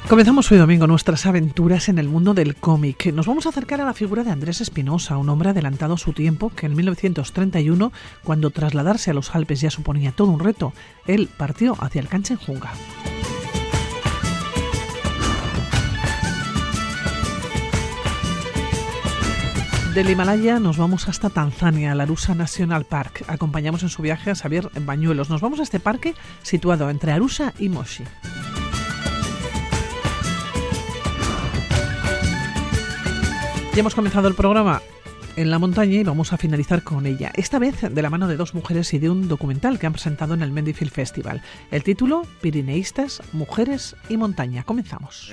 Comenzamos hoy domingo nuestras aventuras en el mundo del cómic. Nos vamos a acercar a la figura de Andrés Espinosa, un hombre adelantado a su tiempo que en 1931, cuando trasladarse a los Alpes ya suponía todo un reto, él partió hacia el Kanchenjunga. Del Himalaya nos vamos hasta Tanzania, al Arusha National Park. Acompañamos en su viaje a Xavier Bañuelos. Nos vamos a este parque situado entre Arusha y Moshi. Ya hemos comenzado el programa en la montaña y vamos a finalizar con ella, esta vez de la mano de dos mujeres y de un documental que han presentado en el Mendy Film Festival. El título, Pirineístas, Mujeres y Montaña. Comenzamos.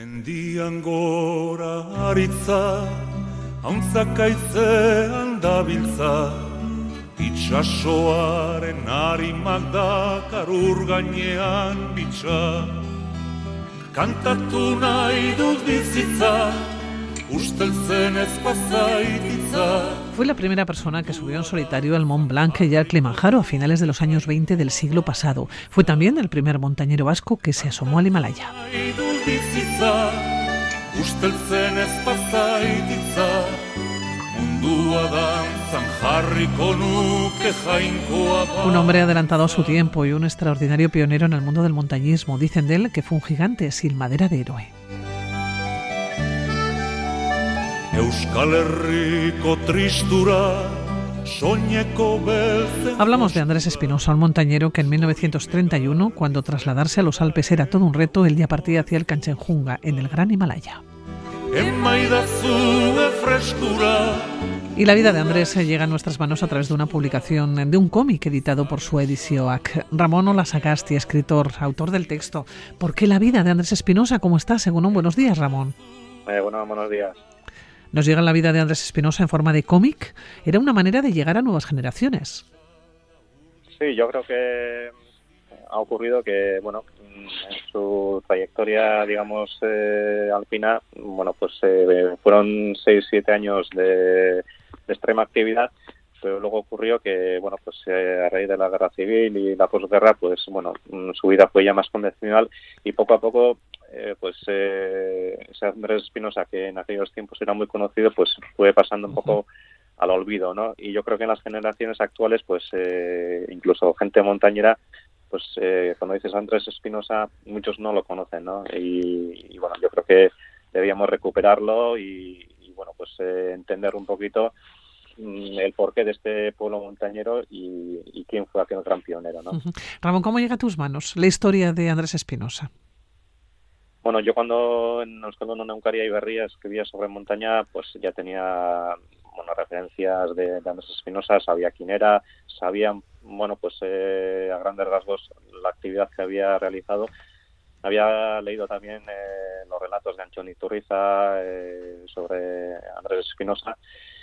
Fue la primera persona que subió en solitario al Mont Blanc y al Kilimanjaro a finales de los años 20 del siglo pasado. Fue también el primer montañero vasco que se asomó al Himalaya. Un hombre adelantado a su tiempo y un extraordinario pionero en el mundo del montañismo. Dicen de él que fue un gigante sin madera de héroe. Hablamos de Andrés Espinosa, un montañero que en 1931, cuando trasladarse a los Alpes era todo un reto, él ya partía hacia el Kanchenjunga, en el Gran Himalaya. Y la vida de Andrés llega a nuestras manos a través de una publicación de un cómic editado por su Edizioak. Ramón Olasagasti, escritor, autor del texto. ¿Por qué la vida de Andrés Espinosa? ¿Cómo está? Según un buenos días, Ramón. Buenos días. Nos llega la vida de Andrés Espinosa en forma de cómic. Era una manera de llegar a nuevas generaciones. Sí, yo creo que ha ocurrido que, en su trayectoria, digamos, alpina, fueron 6-7 años de extrema actividad, pero luego ocurrió que, a raíz de la guerra civil y la posguerra, su vida fue ya más convencional y poco a poco, ese Andrés Espinosa, que en aquellos tiempos era muy conocido, pues fue pasando un poco al olvido, ¿no? Y yo creo que en las generaciones actuales, incluso gente montañera, cuando dices Andrés Espinosa, muchos no lo conocen, ¿no? Y yo creo que debíamos recuperarlo y entender un poquito el porqué de este pueblo montañero y quién fue aquel gran pionero, ¿no? Ramón, ¿cómo llega a tus manos la historia de Andrés Espinosa? Bueno, yo cuando en Euskaldun Egunkaria y Berria escribía sobre montaña, ya tenía referencias de Andrés Espinosa, sabía quién era, sabía, a grandes rasgos la actividad que había realizado. Había leído también los relatos de Antxon Iturriza sobre Andrés Espinosa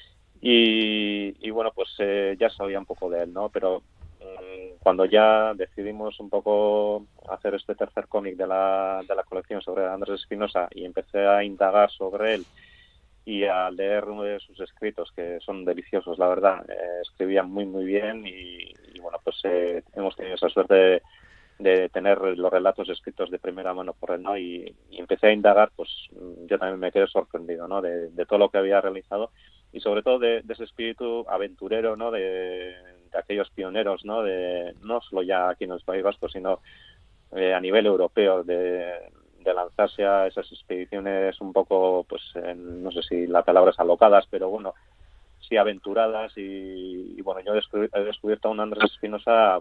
y ya sabía un poco de él, ¿no? Pero cuando ya decidimos un poco hacer este tercer cómic de la colección sobre Andrés Espinosa y empecé a indagar sobre él y a leer uno de sus escritos, que son deliciosos, la verdad, escribía muy muy bien y hemos tenido esa suerte de tener los relatos escritos de primera mano por él, ¿no? Y empecé a indagar, yo también me quedé sorprendido, ¿no? De todo lo que había realizado y sobre todo de ese espíritu aventurero, ¿no? De aquellos pioneros, ¿no? De no solo ya aquí en el País Vasco, sino a nivel europeo, de lanzarse a esas expediciones un poco, no sé si la palabra es alocadas, pero sí aventuradas y yo he descubierto a un Andrés Espinosa,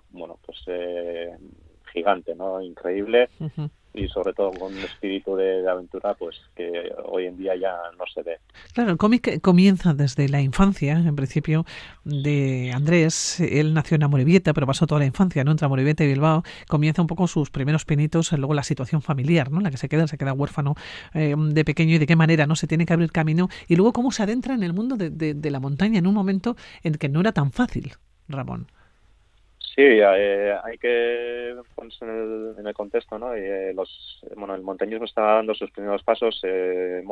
gigante, ¿no? Increíble. Uh-huh. Y sobre todo con un espíritu de aventura que hoy en día ya no se ve. Claro, el cómic comienza desde la infancia, en principio, de Andrés. Él nació en Amorebieta, pero pasó toda la infancia, ¿no? Entre Amorebieta y Bilbao. Comienza un poco sus primeros pinitos, luego la situación familiar, ¿no? En la que se queda huérfano de pequeño y de qué manera no se tiene que abrir camino. Y luego cómo se adentra en el mundo de la montaña en un momento en que no era tan fácil, Ramón. Sí, hay que ponerse en el contexto, ¿no? El montañismo estaba dando sus primeros pasos, en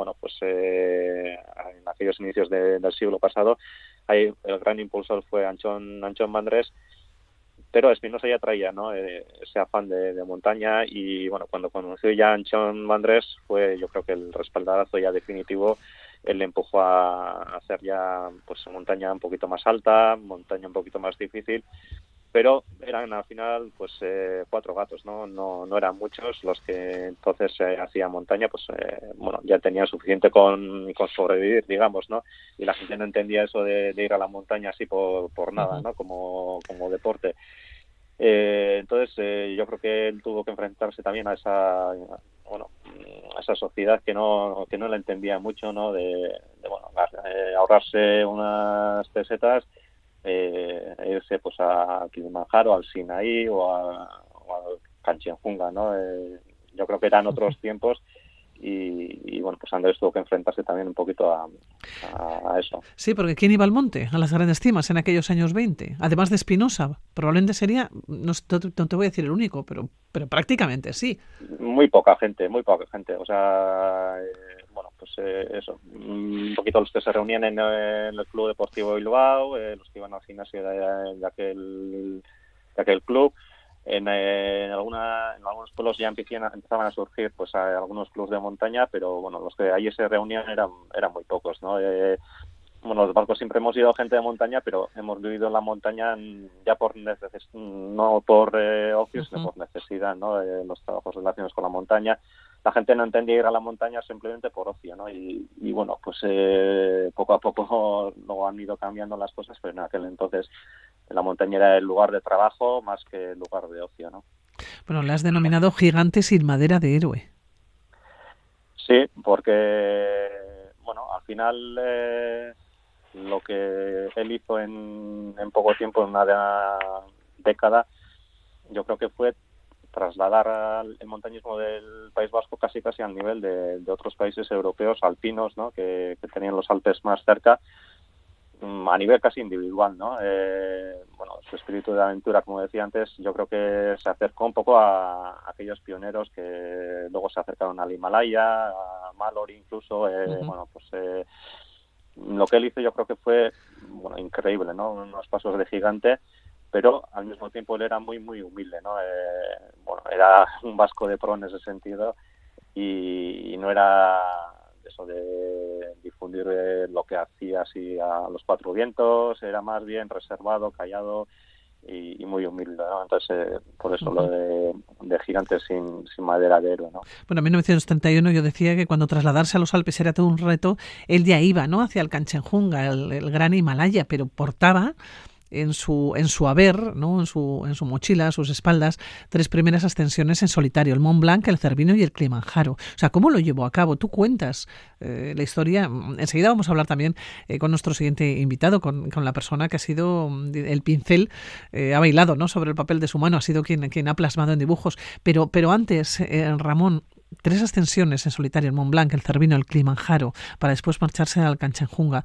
aquellos inicios del siglo pasado. Ahí el gran impulsor fue Antxon Mandrés, pero Espinosa ya traía, ¿no? Ese afán de montaña, y bueno, cuando conoció ya a Anchón Mandrés fue, yo creo que el respaldarazo ya definitivo. Él le empujó a hacer ya pues montaña un poquito más alta, montaña un poquito más difícil, pero eran al final pues 4 gatos, no eran muchos los que entonces hacían montaña. Pues bueno, ya tenían suficiente con sobrevivir, digamos, ¿no? Y la gente no entendía eso de ir a la montaña así por nada, ¿no? Como deporte. Entonces yo creo que él tuvo que enfrentarse también a esa, bueno, a esa sociedad que no la entendía mucho, ¿no? Bueno, ahorrarse unas pesetas, irse pues a Kilimanjaro, al Sinaí o al Kanchenjunga, ¿no? Yo creo que eran otros tiempos. Y bueno, pues Andrés tuvo que enfrentarse también un poquito a eso. Sí, porque ¿quién iba al monte, a las grandes cimas en aquellos años 20? Además de Espinosa, probablemente sería, no te voy a decir el único, pero prácticamente sí. Muy poca gente. O sea, bueno, pues eso, un poquito los que se reunían en el Club Deportivo Bilbao, los que iban al gimnasio de aquel club. En algunos pueblos ya empezaban a surgir pues algunos clubes de montaña, pero bueno, los que allí se reunían eran muy pocos, ¿no? Bueno, los barcos siempre hemos sido gente de montaña, pero hemos vivido en la montaña ya no por ocio, sino por necesidad, ¿no? Los trabajos relacionados con la montaña. La gente no entendía ir a la montaña simplemente por ocio, ¿no? Y bueno, pues poco a poco lo han ido cambiando las cosas, pero en aquel entonces la montaña era el lugar de trabajo más que el lugar de ocio, ¿no? Bueno, le has denominado gigante sin madera de héroe. Sí, porque, bueno, al final lo que él hizo en poco tiempo, en una década, yo creo que fue trasladar el montañismo del País Vasco casi al nivel de otros países europeos alpinos, ¿no? que tenían los Alpes más cerca, a nivel casi individual, ¿no? Bueno, su espíritu de aventura, como decía antes, yo creo que se acercó un poco a aquellos pioneros que luego se acercaron al Himalaya, a Mallory incluso. Bueno, pues lo que él hizo yo creo que fue, bueno, increíble, ¿no? Unos pasos de gigante, pero al mismo tiempo él era muy, muy humilde, ¿no? Bueno, era un vasco de pro en ese sentido, y no era eso de difundir lo que hacía así a los 4 vientos, era más bien reservado, callado y muy humilde, ¿no? Entonces, por eso lo de gigantes sin madera de héroe, ¿no? Bueno, en 1931 yo decía que cuando trasladarse a los Alpes era todo un reto, él ya iba, ¿no?, hacia el Kanchenjunga, el gran Himalaya, pero portaba en su haber, ¿no?, en su mochila, a sus espaldas, 3 primeras ascensiones en solitario: el Mont Blanc, el Cervino y el Kilimanjaro. O sea, ¿cómo lo llevó a cabo? Tú cuentas la historia. Enseguida vamos a hablar también con nuestro siguiente invitado, con la persona que ha sido el pincel, ha bailado, ¿no?, sobre el papel de su mano, ha sido quien ha plasmado en dibujos. Pero antes, Ramón, 3 ascensiones en solitario: el Mont Blanc, el Cervino, el Kilimanjaro, para después marcharse al Kanchenjunga.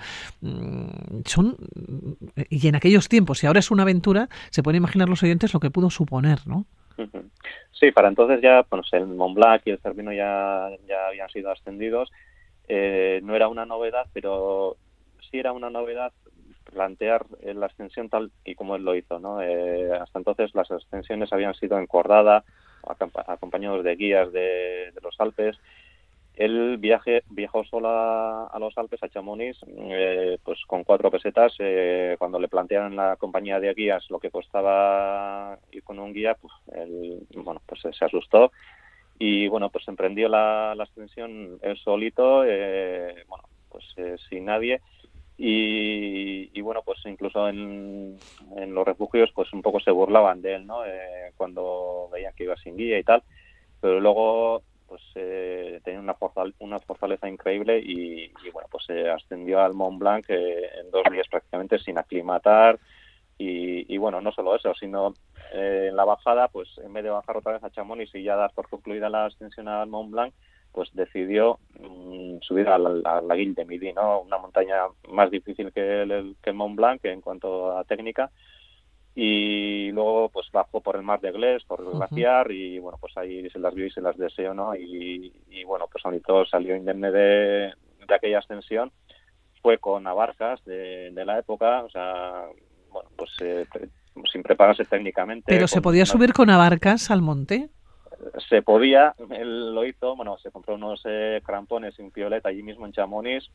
Y en aquellos tiempos, si ahora es una aventura, se pueden imaginar los oyentes lo que pudo suponer, ¿no? Sí, para entonces ya, pues el Mont Blanc y el Cervino ya habían sido ascendidos. No era una novedad, pero sí era una novedad plantear la ascensión tal y como él lo hizo, ¿no? Hasta entonces las ascensiones habían sido en cordada, acompañados de guías de los Alpes. Él viajó sola a los Alpes, a Chamonix, pues con 4 pesetas. Cuando le plantearon en la compañía de guías lo que costaba ir con un guía, pues él, bueno, pues se asustó y bueno, pues emprendió la ascensión él solito, bueno, pues sin nadie. Y bueno, pues incluso en los refugios pues un poco se burlaban de él, ¿no? Cuando veían que iba sin guía y tal, pero luego pues tenía una fortaleza increíble y bueno, pues ascendió al Mont Blanc en 2 días prácticamente sin aclimatar. Y bueno, no solo eso, sino en la bajada, pues en vez de bajar otra vez a Chamonix y ya dar por concluida la ascensión al Mont Blanc, pues decidió subir a la Guil de Midi, ¿no? Una montaña más difícil que el Mont Blanc en cuanto a técnica. Y luego pues bajó por el Mar de Glés, por el glaciar, y bueno, pues ahí se las vio y se las deseó, ¿no? Y bueno, pues Onito salió indemne de aquella ascensión. Fue con abarcas de la época, o sea, bueno, pues sin prepararse técnicamente. ¿Pero se podía subir con abarcas al monte? Se podía, él lo hizo, bueno, se compró unos crampones y un piolet allí mismo en Chamonix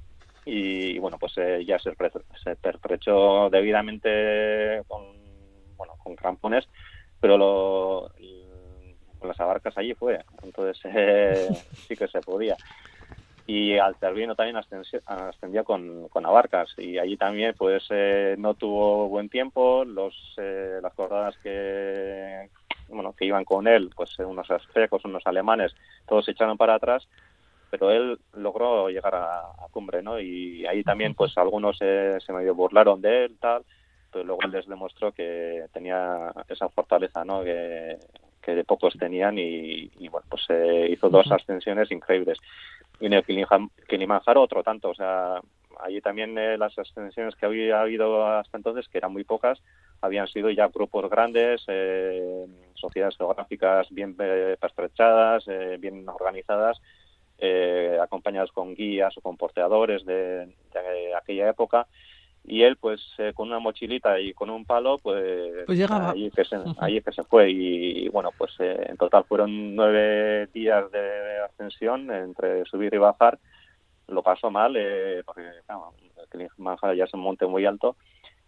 y bueno, pues ya se pertrechó debidamente con crampones, pero con las abarcas allí fue, entonces sí que se podía. Y al Cervino también ascendía con abarcas y allí también pues no tuvo buen tiempo, las cordadas que iban con él, pues unos aztecos, unos alemanes, todos se echaron para atrás, pero él logró llegar a cumbre, ¿no? Y ahí también pues algunos se medio burlaron de él, tal, pero luego él les demostró que tenía esa fortaleza, ¿no? Que de pocos tenían y bueno, pues hizo dos ascensiones increíbles. Y en el Kilimanjaro otro tanto, o sea, allí también las ascensiones que había habido hasta entonces, que eran muy pocas, habían sido ya grupos grandes, sociedades geográficas bien pertrechadas, bien organizadas, acompañadas con guías o con porteadores de aquella época, y él pues con una mochilita y con un palo pues llegaba. allí que se fue y bueno, pues en total fueron 9 días de ascensión entre subir y bajar. Lo pasó mal porque claro, el Kilimanjaro ya es un monte muy alto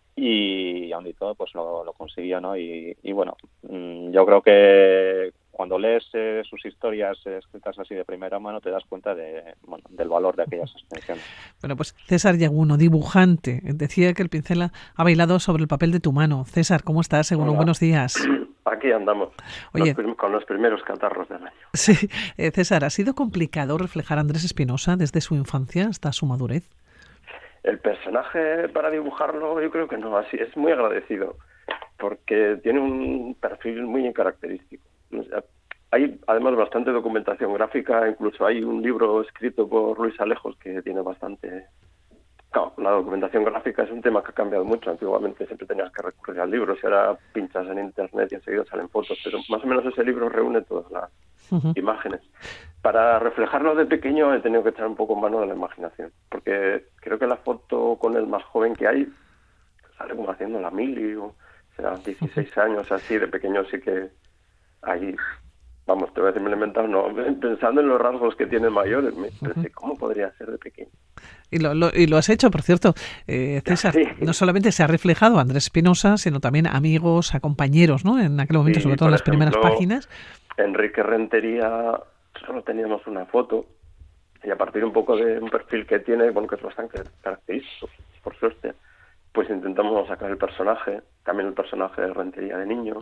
y aún y todo pues lo consiguió, ¿no? Y bueno, yo creo que cuando lees sus historias escritas así de primera mano te das cuenta del valor de aquellas ascensiones. Bueno, pues César Yaguno, dibujante, decía que el pincel ha bailado sobre el papel de tu mano. César, ¿cómo estás? Yaguno, buenos días. Aquí andamos, Oye, con los primeros catarros del año. Sí, César, ¿ha sido complicado reflejar a Andrés Espinosa desde su infancia hasta su madurez? El personaje, para dibujarlo, yo creo que no, así es muy agradecido, porque tiene un perfil muy característico. Hay además bastante documentación gráfica, incluso hay un libro escrito por Luis Alejos que tiene bastante... Claro, la documentación gráfica es un tema que ha cambiado mucho. Antiguamente siempre tenías que recurrir al libro, si ahora pinchas en internet y enseguida salen fotos, pero más o menos ese libro reúne todas las imágenes. Para reflejarlo de pequeño he tenido que echar un poco mano de la imaginación, porque creo que la foto con el más joven que hay sale como haciendo la mili, o será 16 años, así, de pequeño sí que hay... Vamos, te voy a decir, me lo he inventado, no. Pensando en los rasgos que tiene mayores, me pensé, ¿cómo podría ser de pequeño? Y lo has hecho, por cierto, César, sí. No solamente se ha reflejado a Andrés Espinosa, sino también a amigos, a compañeros, ¿no? En aquel momento, sí, sobre todo en las primeras páginas. Enrique Rentería, solo teníamos una foto, y a partir un poco de un perfil que tiene, bueno, que es bastante característico, por suerte, pues intentamos sacar el personaje, también el personaje de Rentería de niño.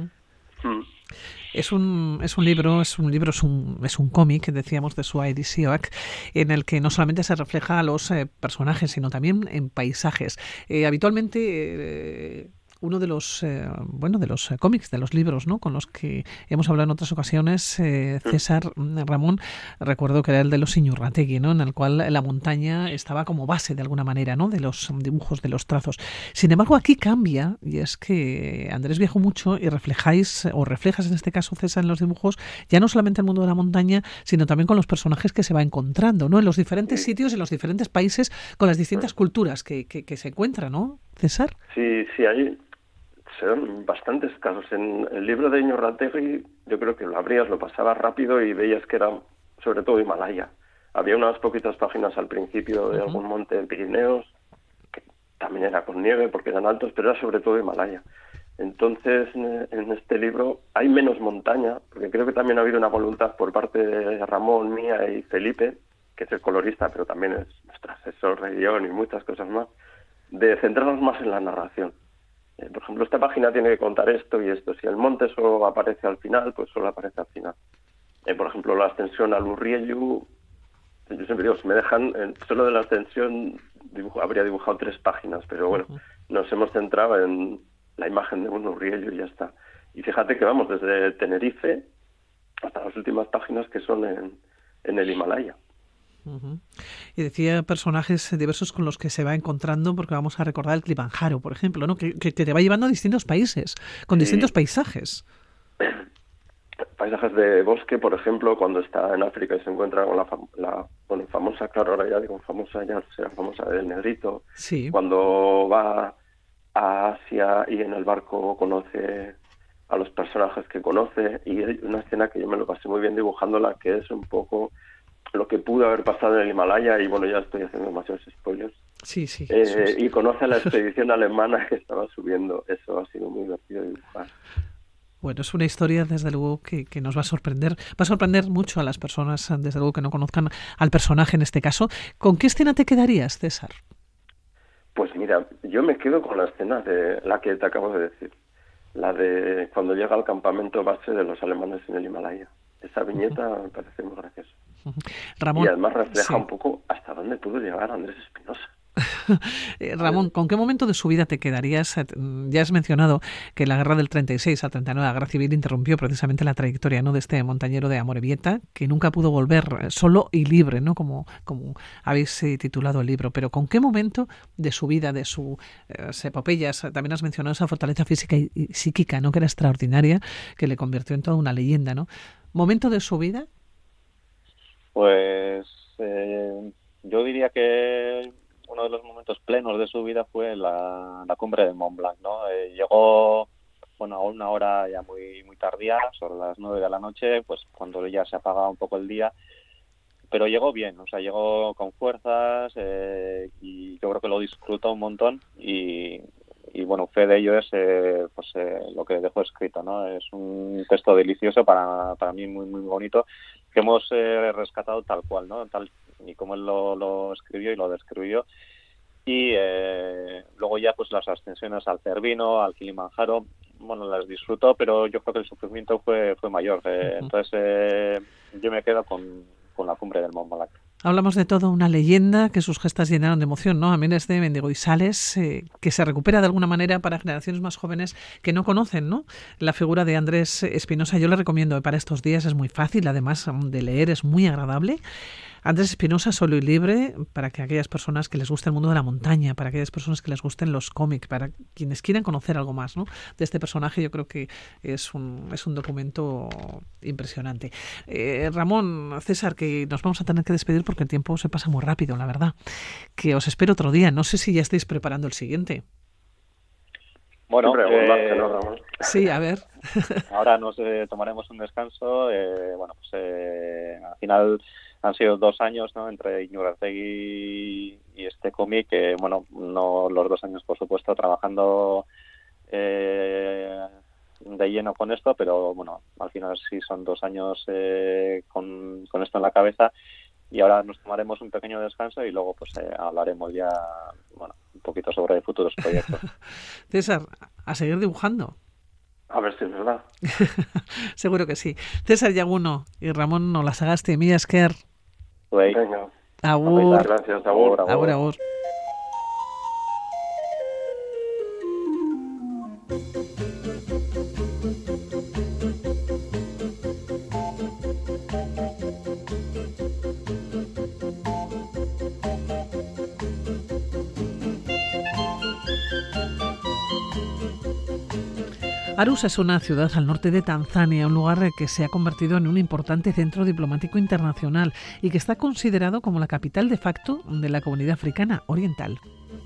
Es un cómic, decíamos, de Suaidi Sioak, en el que no solamente se refleja a los personajes, sino también en paisajes. Habitualmente uno de los cómics, de los libros, ¿no?, con los que hemos hablado en otras ocasiones, César, Ramón, recuerdo que era el de los Iñurrategui, ¿no?, en el cual la montaña estaba como base de alguna manera, ¿no?, de los dibujos, de los trazos. Sin embargo, aquí cambia, y es que Andrés viajó mucho y reflejas en este caso, César, en los dibujos, ya no solamente el mundo de la montaña, sino también con los personajes que se va encontrando, ¿no?, en los diferentes sitios, en los diferentes países, con las distintas culturas que se encuentran, ¿no, César? Sí, hay son bastantes casos. En el libro de Iñurrategui yo creo que lo abrías, lo pasabas rápido y veías que era sobre todo Himalaya. Había unas poquitas páginas al principio de algún monte de Pirineos, que también era con nieve porque eran altos, pero era sobre todo Himalaya. Entonces, en este libro hay menos montaña, porque creo que también ha habido una voluntad por parte de Ramón, mía y Felipe, que es el colorista, pero también es nuestro asesor de guión y muchas cosas más, de centrarnos más en la narración. Por ejemplo, esta página tiene que contar esto y esto. Si el monte solo aparece al final, pues solo aparece al final. Por ejemplo, la ascensión al Urriellu, yo siempre digo, si me dejan, solo de la ascensión habría dibujado 3 páginas, pero bueno, nos hemos centrado en la imagen de un Urriellu y ya está. Y fíjate que vamos desde Tenerife hasta las últimas páginas que son en el Himalaya. Y decía personajes diversos con los que se va encontrando, porque vamos a recordar el Kilimanjaro, por ejemplo, ¿no?, que te va llevando a distintos países, con distintos paisajes. Paisajes de bosque, por ejemplo, cuando está en África y se encuentra con la famosa, claro, ahora ya digo famosa, ya será famosa del Negrito. Sí. Cuando va a Asia y en el barco conoce a los personajes que conoce, y hay una escena que yo me lo pasé muy bien dibujándola, que es un poco lo que pudo haber pasado en el Himalaya, y bueno, ya estoy haciendo demasiados spoilers. Sí, sí. Y conoce a la expedición alemana que estaba subiendo. Eso ha sido muy divertido de dibujar. Bueno, es una historia, desde luego, que nos va a sorprender. Va a sorprender mucho a las personas, desde luego, que no conozcan al personaje en este caso. ¿Con qué escena te quedarías, César? Pues mira, yo me quedo con la escena de la que te acabo de decir. La de cuando llega al campamento base de los alemanes en el Himalaya. Esa viñeta me parece muy graciosa. Ramón, y además refleja sí. un poco hasta dónde pudo llegar Andrés Espinosa. Ramón, ¿con qué momento de su vida te quedarías? Ya has mencionado que la guerra del 36 al 39, la guerra civil, interrumpió precisamente la trayectoria, ¿no?, de este montañero de Amorebieta, que nunca pudo volver solo y libre, ¿no?, como habéis titulado el libro. Pero ¿con qué momento de su vida, de sus epopeyas? También has mencionado esa fortaleza física y psíquica, ¿no?, que era extraordinaria, que le convirtió en toda una leyenda, ¿no? ¿Momento de su vida? Pues yo diría que uno de los momentos plenos de su vida fue la cumbre de Mont Blanc, ¿no? Llegó, bueno, a una hora ya muy tardía, sobre las 9 de la noche, pues cuando ya se apagaba un poco el día, pero llegó bien, o sea, llegó con fuerzas, y yo creo que lo disfrutó un montón, y bueno, fe de ello es lo que dejó escrito, ¿no? Es un texto delicioso, para mí muy bonito, que hemos rescatado tal cual, ¿no? Tal y como él lo escribió y lo describió. Y luego ya pues las ascensiones al Cervino, al Kilimanjaro, bueno, las disfrutó, pero yo creo que el sufrimiento fue mayor. Entonces yo me quedo con la cumbre del Mont Blanc. Hablamos de toda una leyenda que sus gestas llenaron de emoción, ¿no? Amén es de Mendigoizales, que se recupera de alguna manera para generaciones más jóvenes que no conocen, ¿no?, la figura de Andrés Espinosa. Yo le recomiendo para estos días, es muy fácil, además de leer, es muy agradable. Andrés Espinosa, Solo y Libre, para que aquellas personas que les guste el mundo de la montaña, para aquellas personas que les gusten los cómics, para quienes quieran conocer algo más, ¿no?, de este personaje, yo creo que es un documento impresionante. Ramón, César, que nos vamos a tener que despedir porque el tiempo se pasa muy rápido, la verdad. Que os espero otro día. No sé si ya estáis preparando el siguiente. Bueno, ¿no, Ramón? Sí, a ver. Ahora nos tomaremos un descanso. Bueno, pues al final han sido 2 años, ¿no?, entre Iñurrategi y este cómic, que bueno, no los 2 años por supuesto trabajando de lleno con esto, pero bueno, al final sí son 2 años con esto en la cabeza, y ahora nos tomaremos un pequeño descanso y luego pues hablaremos ya, bueno, un poquito sobre futuros proyectos. César, a seguir dibujando. A ver si es verdad. Seguro que sí. César Yaguno y Ramón Olasagaste, mila esker. Venga. Agur. Gracias, agur. Agur. Arusha es una ciudad al norte de Tanzania, un lugar que se ha convertido en un importante centro diplomático internacional y que está considerado como la capital de facto de la Comunidad Africana Oriental.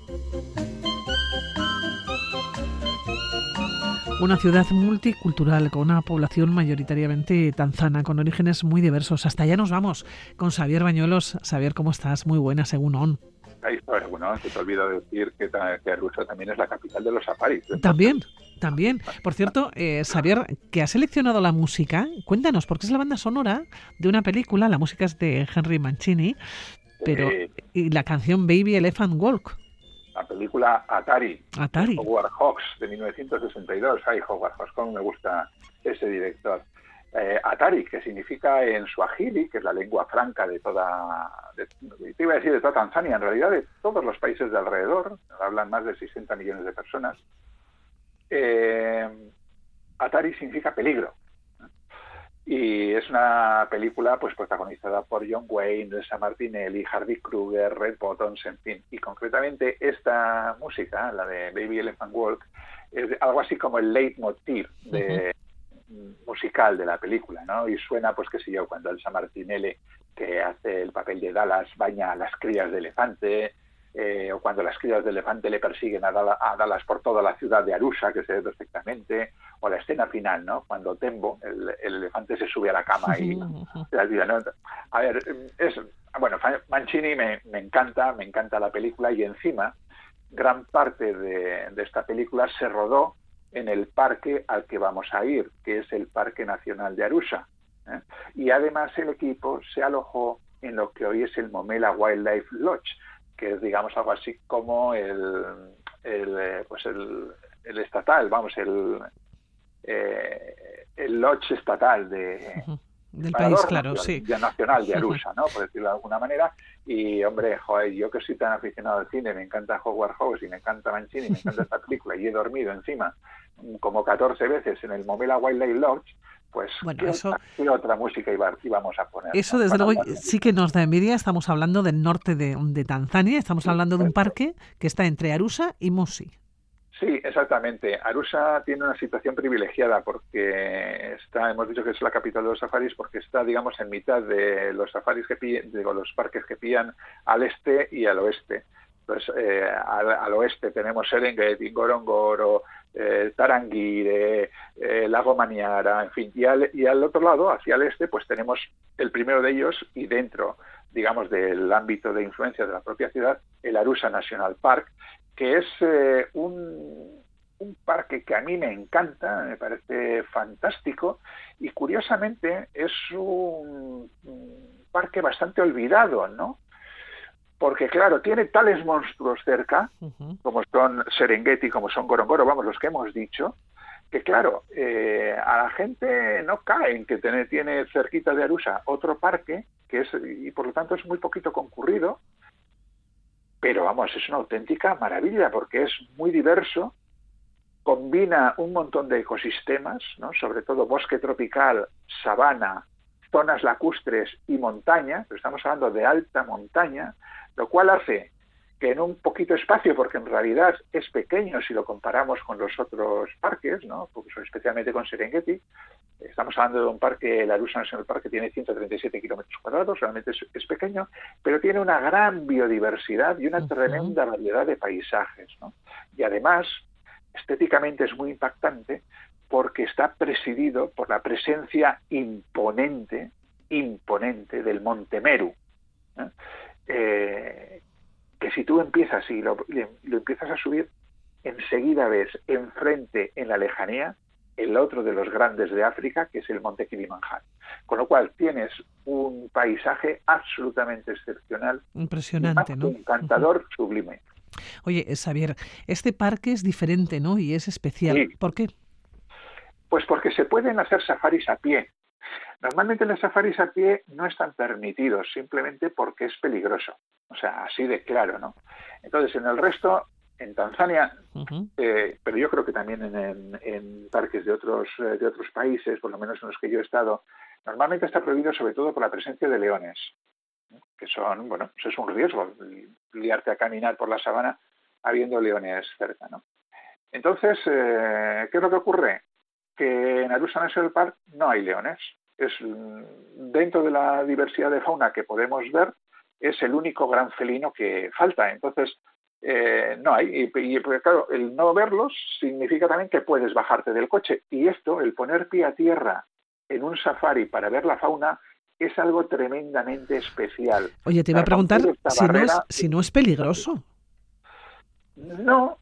Una ciudad multicultural con una población mayoritariamente tanzana, con orígenes muy diversos. Hasta allá nos vamos con Xavier Bañuelos. Xavier, ¿cómo estás? Muy buena, según ON. Ahí está, bueno, se te olvida decir que Arusha también es la capital de los safaris. También. Por cierto, Xavier, que ha seleccionado la música, cuéntanos, porque es la banda sonora de una película, la música es de Henry Mancini, pero y la canción Baby Elephant Walk. La película Atari. De Howard Hawks, de 1962. Ay, Howard Hawks, cómo me gusta ese director. Atari, que significa en suajili, que es la lengua franca de toda Tanzania, en realidad de todos los países de alrededor, hablan más de 60 millones de personas. Atari significa peligro. Y es una película pues protagonizada por John Wayne, Elsa Martinelli, Harvey Kruger, Red Bottoms, en fin. Y concretamente esta música, la de Baby Elephant Walk, es algo así como el leitmotiv musical de la película, ¿no? Y suena, pues qué sé yo, cuando Elsa Martinelli, que hace el papel de Dallas, baña a las crías de elefante, o cuando las crías de elefante le persiguen a Dallas por toda la ciudad de Arusha, que se ve perfectamente, o la escena final, ¿no? Cuando Tembo, el elefante, se sube a la cama y la vida, ¿no? A ver, Mancini me encanta la película, y encima gran parte de esta película se rodó en el parque al que vamos a ir, que es el Parque Nacional de Arusha, ¿eh? Y además el equipo se alojó en lo que hoy es el Momela Wildlife Lodge, que es, digamos, algo así como el estatal, vamos, el lodge estatal del país, claro, sí. Nacional de Arusha, ¿no? Por decirlo de alguna manera. Y, hombre, joder, yo que soy tan aficionado al cine, me encanta Howard Hawks y me encanta Mancini, me encanta esta película, y he dormido encima como 14 veces en el Momela Wildlife Lodge, pues bueno, ¿qué otra música íbamos a poner? Eso, desde luego, sí que nos da envidia. Estamos hablando del norte de Tanzania, estamos hablando de un parque que está entre Arusha y Moshi. Sí, exactamente. Arusha tiene una situación privilegiada porque hemos dicho que es la capital de los safaris, porque está, digamos, en mitad de los safaris los parques que pillan al este y al oeste. Entonces, al oeste tenemos Serengeti, Ngorongoro, Tarangire, Lago Manyara, en fin, y al otro lado, hacia el este, pues tenemos el primero de ellos, y dentro, digamos, del ámbito de influencia de la propia ciudad, el Arusha National Park, que es un parque que a mí me encanta, me parece fantástico, y curiosamente es un parque bastante olvidado, ¿no? Porque, claro, tiene tales monstruos cerca, como son Serengeti, como son Ngorongoro, vamos, los que hemos dicho, que, claro, a la gente no cae en que tiene cerquita de Arusha otro parque, y por lo tanto es muy poquito concurrido, pero, vamos, es una auténtica maravilla porque es muy diverso, combina un montón de ecosistemas, ¿no? Sobre todo bosque tropical, sabana, zonas lacustres y montaña, pero estamos hablando de alta montaña, lo cual hace que en un poquito espacio, porque en realidad es pequeño si lo comparamos con los otros parques, ¿no? Porque especialmente con Serengeti, estamos hablando de un parque, el Arusha National Park, que tiene 137 kilómetros cuadrados, realmente es pequeño, pero tiene una gran biodiversidad y una tremenda variedad de paisajes, ¿no? Y además, estéticamente es muy impactante porque está presidido por la presencia imponente del Monte Meru, ¿eh? Que si tú empiezas y lo empiezas a subir, enseguida ves enfrente, en la lejanía, el otro de los grandes de África, que es el Monte Kilimanjaro. Con lo cual tienes un paisaje absolutamente excepcional. Impresionante, ¿no? Encantador, sublime. Oye, Xavier, este parque es diferente, ¿no? Y es especial. Sí. ¿Por qué? Pues porque se pueden hacer safaris a pie. Normalmente los safaris a pie no están permitidos, simplemente porque es peligroso. O sea, así de claro, ¿no? Entonces, en el resto, en Tanzania, pero yo creo que también en parques de otros países, por lo menos en los que yo he estado, normalmente está prohibido sobre todo por la presencia de leones, que son, bueno, pues es un riesgo liarte a caminar por la sabana habiendo leones cerca, ¿no? Entonces, ¿qué es lo que ocurre? Que en Arusha National Park no hay leones. Es dentro de la diversidad de fauna que podemos ver, es el único gran felino que falta. Entonces, no hay. Y porque, claro, el no verlos significa también que puedes bajarte del coche. Y esto, el poner pie a tierra en un safari para ver la fauna, es algo tremendamente especial. Oye, te iba a preguntar si no es peligroso. No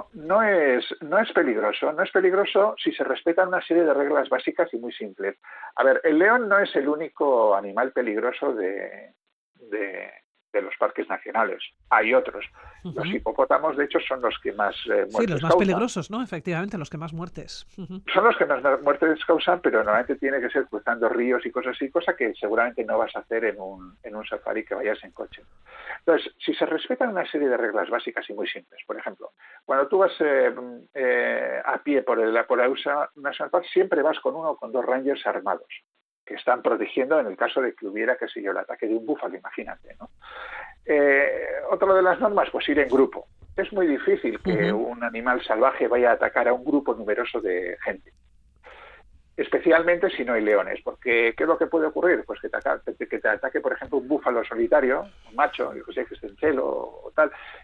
es peligroso. No es peligroso si se respetan una serie de reglas básicas y muy simples. A ver, el león no es el único animal peligroso de los parques nacionales. Hay otros. Los hipopótamos, de hecho, son los que más muertes sí, los más peligrosos, ¿no? Efectivamente, los que más muertes. Son los que más muertes causan, pero normalmente tiene que ser cruzando ríos y cosas así, cosa que seguramente no vas a hacer en un safari que vayas en coche. Entonces, si se respetan una serie de reglas básicas y muy simples, por ejemplo, cuando tú vas a pie por Arusha National Park, siempre vas con uno o con dos rangers armados, que están protegiendo en el caso de que hubiera, qué sé yo, el ataque de un búfalo, imagínate, ¿no? Otra de las normas, pues ir en grupo. Es muy difícil que un animal salvaje vaya a atacar a un grupo numeroso de gente, especialmente si no hay leones, porque ¿qué es lo que puede ocurrir? Pues que te ataque, por ejemplo, un búfalo solitario, un macho, yo que sé, que esté en celo o tal,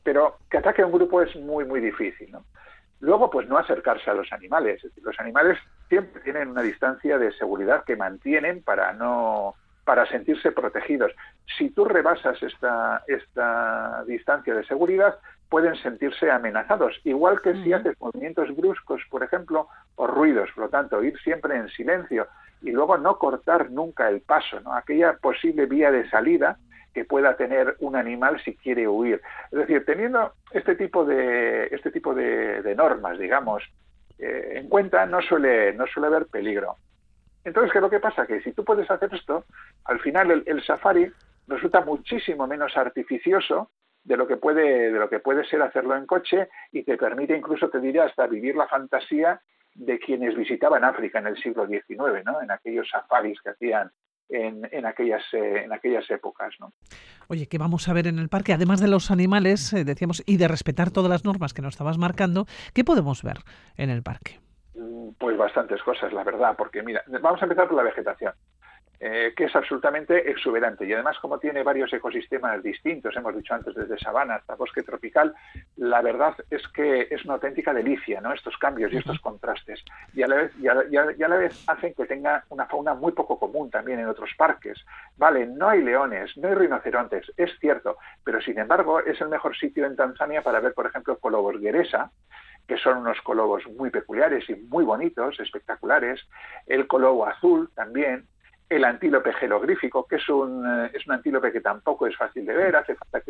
pero que ataque a un grupo es muy, muy difícil, ¿no? Luego, pues no acercarse a los animales. Es decir, los animales siempre tienen una distancia de seguridad que mantienen para sentirse protegidos. Si tú rebasas esta distancia de seguridad, pueden sentirse amenazados. Igual que si haces movimientos bruscos, por ejemplo, o ruidos. Por lo tanto, ir siempre en silencio y luego no cortar nunca el paso, ¿no? Aquella posible vía de salida que pueda tener un animal si quiere huir. Es decir, teniendo este tipo de normas, digamos, en cuenta, no suele haber peligro. Entonces, ¿qué es lo que pasa? Que si tú puedes hacer esto, al final el safari resulta muchísimo menos artificioso de lo que puede ser hacerlo en coche, y te permite incluso, te diría, hasta vivir la fantasía de quienes visitaban África en el siglo XIX, ¿no? En aquellos safaris que hacían en aquellas épocas, ¿no? Oye, ¿qué vamos a ver en el parque? Además de los animales, decíamos, y de respetar todas las normas que nos estabas marcando, ¿qué podemos ver en el parque? Pues bastantes cosas, la verdad, porque mira, vamos a empezar por la vegetación, que es absolutamente exuberante, y además, como tiene varios ecosistemas distintos, hemos dicho antes, desde sabana hasta bosque tropical, la verdad es que es una auténtica delicia, ¿no? Estos cambios y estos contrastes, y a la vez hacen que tenga una fauna muy poco común también en otros parques. Vale, no hay leones, no hay rinocerontes, es cierto, pero sin embargo es el mejor sitio en Tanzania para ver, por ejemplo, colobos gereza, que son unos colobos muy peculiares y muy bonitos, espectaculares, el colobo azul también, el antílope gelogrífico, que es un antílope que tampoco es fácil de ver,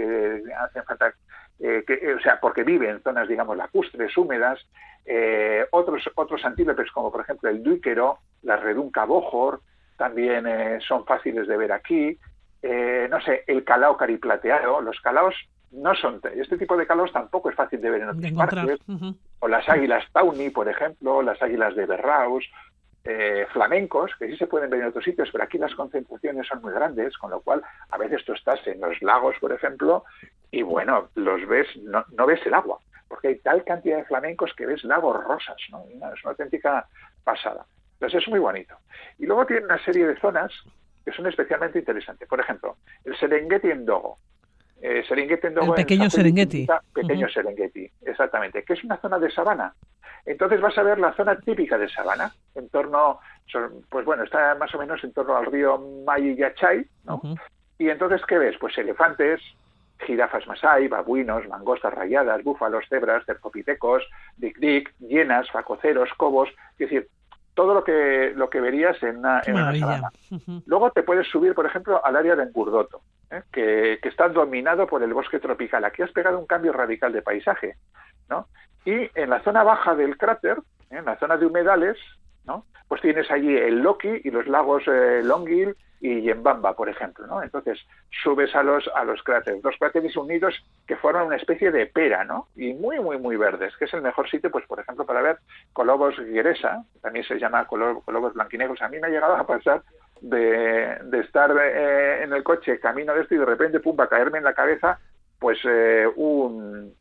porque vive en zonas, digamos, lacustres, húmedas. Otros antílopes, como por ejemplo el duíquero, la redunca bojor, también son fáciles de ver aquí. El calao cariplateado. Los calaos no son, este tipo de calaos tampoco es fácil de ver en otros parques. O las águilas tawny, por ejemplo, las águilas de Berraus, flamencos, que sí se pueden ver en otros sitios, pero aquí las concentraciones son muy grandes, con lo cual a veces tú estás en los lagos, por ejemplo, y bueno, los ves, no ves el agua, porque hay tal cantidad de flamencos que ves lagos rosas, ¿no? Es una auténtica pasada. Entonces es muy bonito. Y luego tiene una serie de zonas que son especialmente interesantes. Por ejemplo, el Serengeti Ndogo. Serengeti Ndogo, el pequeño Serengeti. Pequeño Serengeti, exactamente, que es una zona de sabana. Entonces vas a ver la zona típica de sabana, en torno, pues bueno, está más o menos en torno al río Mayi-Yachai, ¿no? Y entonces, ¿qué ves? Pues elefantes, jirafas masái, babuinos, mangostas rayadas, búfalos, cebras, cercopitecos, dik-dik, hienas, facoceros, cobos, es decir, todo lo que verías en una sabana. Luego te puedes subir, por ejemplo, al área de Ngurdoto, que está dominado por el bosque tropical. Aquí has pegado un cambio radical de paisaje, ¿no? Y en la zona baja del cráter, en la zona de humedales, ¿no? Pues tienes allí el Loki y los lagos Longil y Yembamba, por ejemplo, ¿no? Entonces subes a los cráteres, dos cráteres unidos que forman una especie de pera, ¿no? Y muy, muy, muy verdes, que es el mejor sitio, pues por ejemplo, para ver colobos gereza, también se llama colobos blanquinegros. A mí me ha llegado a pasar de estar en el coche camino de esto y de repente, pum, va a caerme en la cabeza, pues un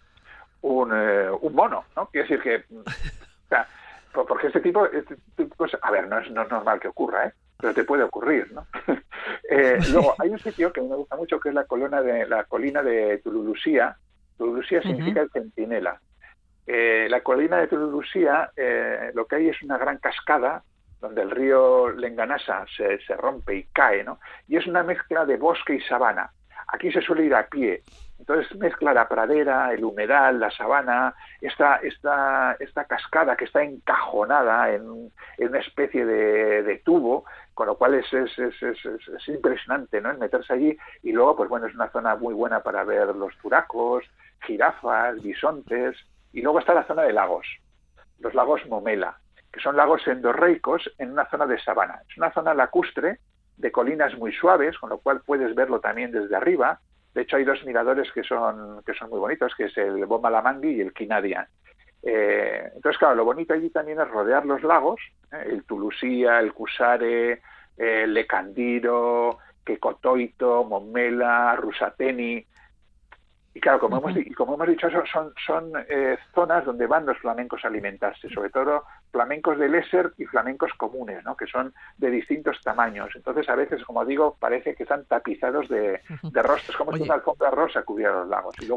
mono, ¿no? Quiere decir que, o sea, porque este tipo de cosas, a ver, no es normal que ocurra, pero te puede ocurrir, ¿no? Luego, hay un sitio que me gusta mucho, que es la colina de Tululusía. Tululusía significa centinela. La colina de Tululusía, lo que hay es una gran cascada donde el río Lenganasa se rompe y cae, ¿no? Y es una mezcla de bosque y sabana. Aquí se suele ir a pie. Entonces mezcla la pradera, el humedal, la sabana, esta cascada que está encajonada en una especie de tubo, con lo cual es impresionante, ¿no? En meterse allí. Y luego, pues bueno, es una zona muy buena para ver los turacos, jirafas, bisontes. Y luego está la zona de lagos, los lagos Momela, que son lagos endorreicos en una zona de sabana. Es una zona lacustre de colinas muy suaves, con lo cual puedes verlo también desde arriba. De hecho, hay dos miradores que son muy bonitos, que es el Bomalamangui y el Kinadian. Entonces, claro, lo bonito allí también es rodear los lagos, el Tulusía, el Kusare, el Lecandiro, Kekotoito, Momela, Rusateni. Y claro, como hemos dicho, son zonas donde van los flamencos a alimentarse, sobre todo flamencos de léser y flamencos comunes, ¿no? Que son de distintos tamaños. Entonces, a veces, como digo, parece que están tapizados de rostros, como si una alfombra rosa cubriera los lagos. Y luego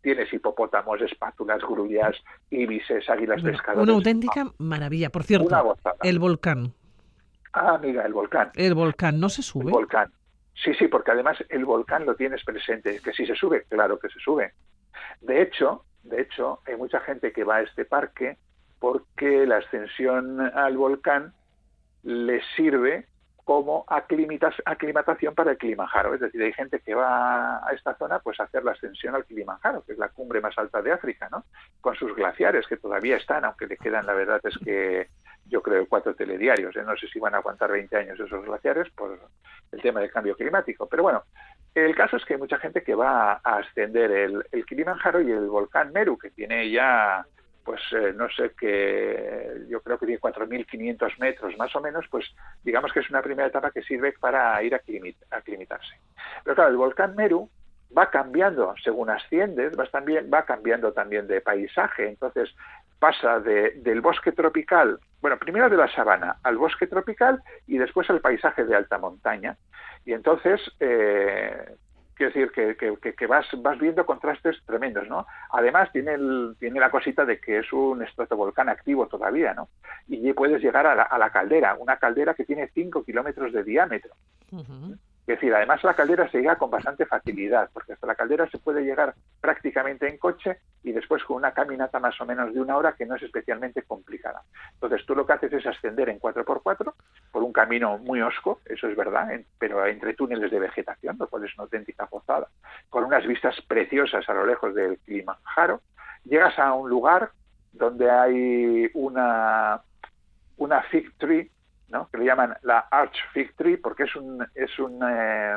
Tienes hipopótamos, espátulas, grullas, ibises, águilas pescadoras. Una auténtica maravilla. Por cierto, el volcán. Ah, amiga, el volcán. El volcán, ¿no se sube? El volcán. Sí, porque además el volcán lo tienes presente. Que si se sube, claro que se sube. De hecho, hay mucha gente que va a este parque porque la ascensión al volcán les sirve como aclimatación para el Kilimanjaro. Es decir, hay gente que va a esta zona pues a hacer la ascensión al Kilimanjaro, que es la cumbre más alta de África, ¿no? Con sus glaciares, que todavía están, aunque le quedan, la verdad es que yo creo 4 telediarios. No sé si van a aguantar 20 años esos glaciares por el tema del cambio climático. Pero bueno, el caso es que hay mucha gente que va a ascender el Kilimanjaro y el volcán Meru, que tiene ya... pues no sé, que yo creo que tiene 4.500 metros más o menos, pues digamos que es una primera etapa que sirve para ir a aclimatarse. Pero claro, el volcán Meru va cambiando según asciendes, va cambiando también de paisaje, entonces pasa del bosque tropical, bueno, primero de la sabana al bosque tropical y después al paisaje de alta montaña. Y entonces... quiero decir que vas viendo contrastes tremendos, ¿no? Además tiene la cosita de que es un estratovolcán activo todavía, ¿no? Y puedes llegar a la caldera, una caldera que tiene 5 kilómetros de diámetro. Uh-huh. Es decir, además la caldera se llega con bastante facilidad, porque hasta la caldera se puede llegar prácticamente en coche y después con una caminata más o menos de 1 hora que no es especialmente complicada. Entonces tú lo que haces es ascender en 4x4 por un camino muy hosco, eso es verdad, pero entre túneles de vegetación, lo cual es una auténtica gozada, con unas vistas preciosas a lo lejos del Kilimanjaro. Llegas a un lugar donde hay una fig tree, ¿no? Que le llaman la Arch Fig Tree porque es una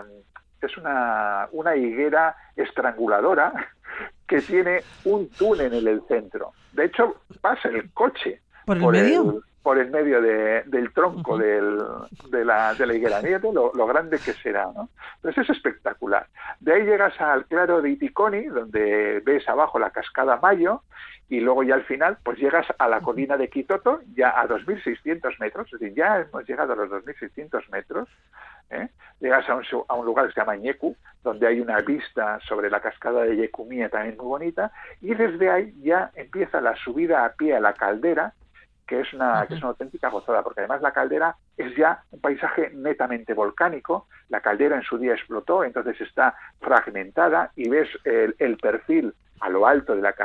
higuera estranguladora que tiene un túnel en el centro. De hecho, pasa el coche por el medio del tronco uh-huh. de la higuera. Fíjate lo grande que será, ¿no? Entonces es espectacular. De ahí llegas al claro de Iticoni, donde ves abajo la cascada Mayo, y luego ya al final pues llegas a la colina de Quitoto, ya a 2.600 metros, es decir, ya hemos llegado a los 2.600 metros, llegas a un lugar que se llama Ñecu, donde hay una vista sobre la cascada de Yecumía también muy bonita, y desde ahí ya empieza la subida a pie a la caldera, que es una auténtica gozada, porque además la caldera es ya un paisaje netamente volcánico. La caldera en su día explotó, entonces está fragmentada y ves el perfil a lo alto de la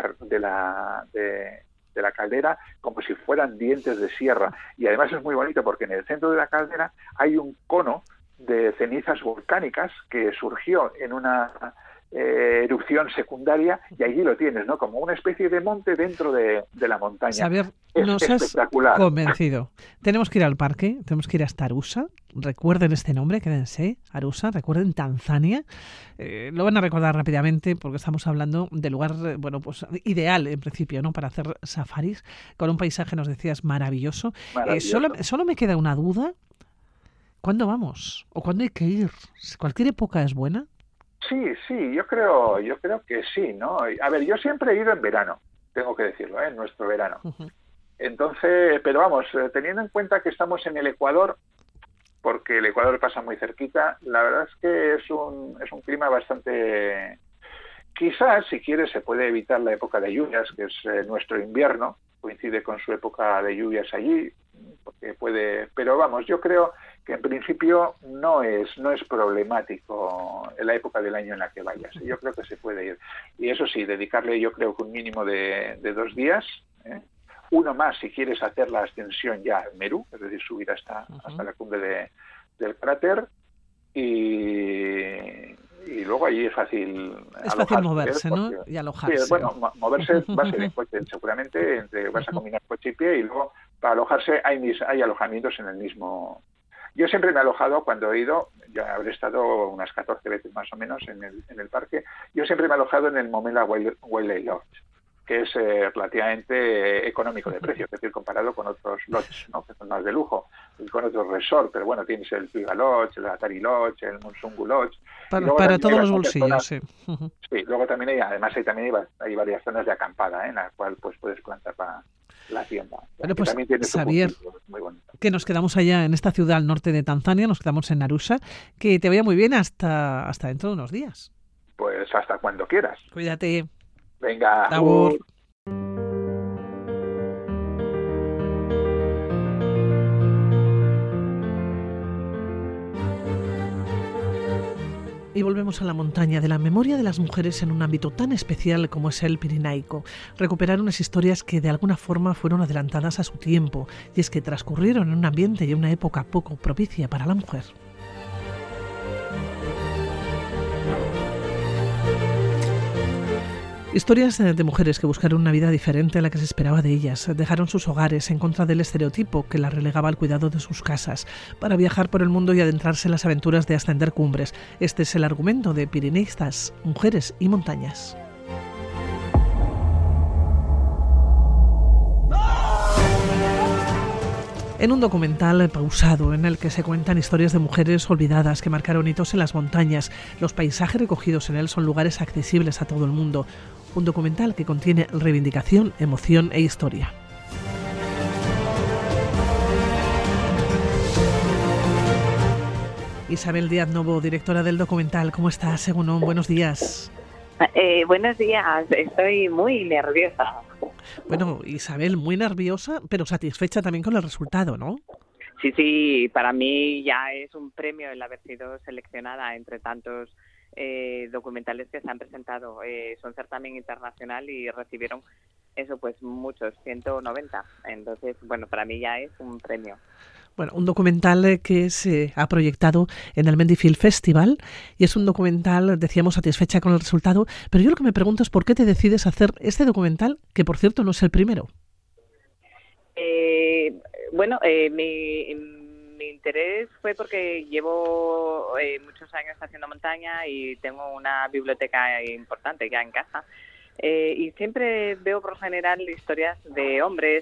caldera como si fueran dientes de sierra. Y además es muy bonito porque en el centro de la caldera hay un cono de cenizas volcánicas que surgió en una erupción secundaria y allí lo tienes, ¿no? Como una especie de monte dentro de la montaña. Xavier, nos espectacular. Has convencido. Tenemos que ir al parque, tenemos que ir hasta Arusha. Recuerden este nombre, quédense, Arusha, recuerden Tanzania. Lo van a recordar rápidamente porque estamos hablando del lugar, bueno, pues ideal en principio, ¿no? Para hacer safaris con un paisaje, nos decías, maravilloso. Solo me queda una duda. ¿Cuándo vamos? ¿O cuándo hay que ir? ¿Cualquier época es buena? Sí, yo creo que sí, ¿no? A ver, yo siempre he ido en verano, tengo que decirlo, en nuestro verano. Uh-huh. Entonces, pero vamos, teniendo en cuenta que estamos en el Ecuador, porque el Ecuador pasa muy cerquita, la verdad es que es un clima bastante... Quizás, si quieres, se puede evitar la época de lluvias, que es nuestro invierno, coincide con su época de lluvias allí, porque puede... Pero vamos, yo creo que en principio no es problemático en la época del año en la que vayas. Yo creo que se puede ir. Y eso sí, dedicarle yo creo que un mínimo de 2 días, uno más si quieres hacer la ascensión ya al Meru, es decir, subir hasta la cumbre del cráter, y luego allí es fácil moverse, ¿no? Y alojarse. Sí, bueno, moverse va a ser en coche, seguramente vas a combinar coche y pie, y luego para alojarse hay alojamientos en el mismo... Yo siempre me he alojado cuando he ido, ya habré estado unas 14 veces más o menos en el parque, yo siempre me he alojado en el Momela Wildlife Lodge, que es relativamente económico de precio, es decir, comparado con otros lodges, ¿no? Que son más de lujo, y con otros resorts, pero bueno, tienes el Twiga Lodge, el Atari Lodge, el Monsungu Lodge. Para todos los bolsillos, sí. Uh-huh. Sí, luego también hay varias zonas de acampada, en la cual pues puedes plantar la tienda. Bueno, pues Xavier, que nos quedamos allá en esta ciudad al norte de Tanzania, nos quedamos en Arusha, que te vaya muy bien hasta dentro de unos días. Pues hasta cuando quieras. Cuídate. Venga. Agur. Y volvemos a la montaña, de la memoria de las mujeres en un ámbito tan especial como es el pirenaico. Recuperar unas historias que de alguna forma fueron adelantadas a su tiempo, y es que transcurrieron en un ambiente y una época poco propicia para la mujer. Historias de mujeres que buscaron una vida diferente a la que se esperaba de ellas, dejaron sus hogares en contra del estereotipo que las relegaba al cuidado de sus casas, para viajar por el mundo y adentrarse en las aventuras de ascender cumbres. Este es el argumento de Pirineístas, Mujeres y Montañas. En un documental pausado en el que se cuentan historias de mujeres olvidadas que marcaron hitos en las montañas, los paisajes recogidos en él son lugares accesibles a todo el mundo. Un documental que contiene reivindicación, emoción e historia. Isabel Díaz Novo, directora del documental. ¿Cómo estás, Egunon? Buenos días. Buenos días, estoy muy nerviosa. Bueno, Isabel, muy nerviosa, pero satisfecha también con el resultado, ¿no? Sí, para mí ya es un premio el haber sido seleccionada entre tantos documentales que se han presentado. Es un certamen internacional y recibieron eso, pues muchos, 190. Entonces, bueno, para mí ya es un premio. Bueno, un documental que se ha proyectado en el Mendy Film Festival y es un documental, decíamos, satisfecha con el resultado, pero yo lo que me pregunto es por qué te decides hacer este documental, que por cierto no es el primero. Mi interés fue porque llevo muchos años haciendo montaña y tengo una biblioteca importante ya en casa y siempre veo por general historias de hombres,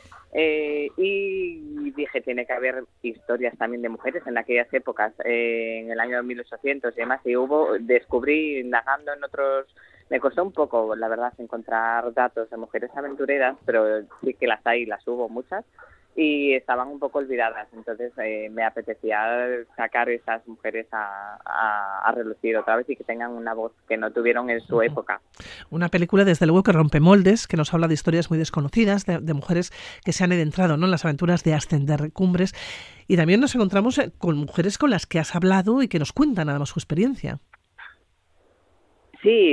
y dije, tiene que haber historias también de mujeres en aquellas épocas, en el año 1800 y demás, y descubrí, indagando en otros, me costó un poco, la verdad, encontrar datos de mujeres aventureras, pero sí que las hay, las hubo muchas, y estaban un poco olvidadas, entonces me apetecía sacar esas mujeres a relucir otra vez y que tengan una voz que no tuvieron en su época. Una película, desde luego, que rompe moldes, que nos habla de historias muy desconocidas, de mujeres que se han adentrado, ¿no?, en las aventuras de ascender cumbres, y también nos encontramos con mujeres con las que has hablado y que nos cuentan además su experiencia. Sí.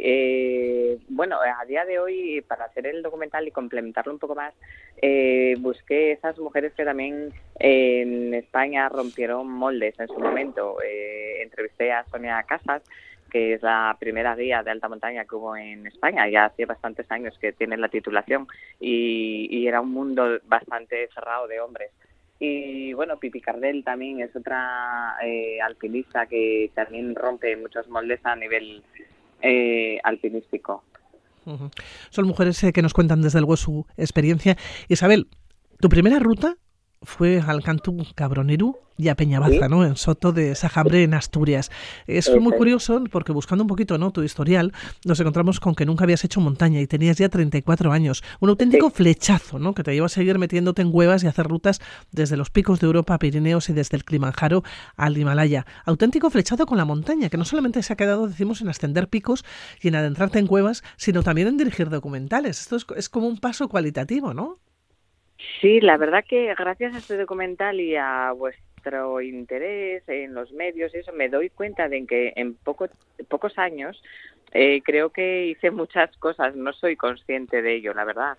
Bueno, a día de hoy, para hacer el documental y complementarlo un poco más, busqué esas mujeres que también en España rompieron moldes en su momento. Entrevisté a Sonia Casas, que es la primera guía de alta montaña que hubo en España, ya hace bastantes años que tiene la titulación, y era un mundo bastante cerrado de hombres. Y bueno, Pipi Cardel también es otra alpinista que también rompe muchos moldes a nivel alpinístico. Uh-huh. Son mujeres que nos cuentan desde luego su experiencia. Isabel, tu primera ruta fue al Cantu Cabroneru y a Peñabaza, ¿sí?, ¿no?, en Soto de Sajambre, en Asturias. Fue muy curioso porque buscando un poquito, ¿no?, tu historial, nos encontramos con que nunca habías hecho montaña y tenías ya 34 años. Un auténtico flechazo, ¿no?, que te lleva a seguir metiéndote en cuevas y hacer rutas desde los picos de Europa a Pirineos y desde el Kilimanjaro al Himalaya. Auténtico flechazo con la montaña, que no solamente se ha quedado, decimos, en ascender picos y en adentrarte en cuevas, sino también en dirigir documentales. Esto es como un paso cualitativo, ¿no? Sí, la verdad que gracias a este documental y a vuestro interés en los medios y eso, me doy cuenta de que en pocos años creo que hice muchas cosas, no soy consciente de ello, la verdad.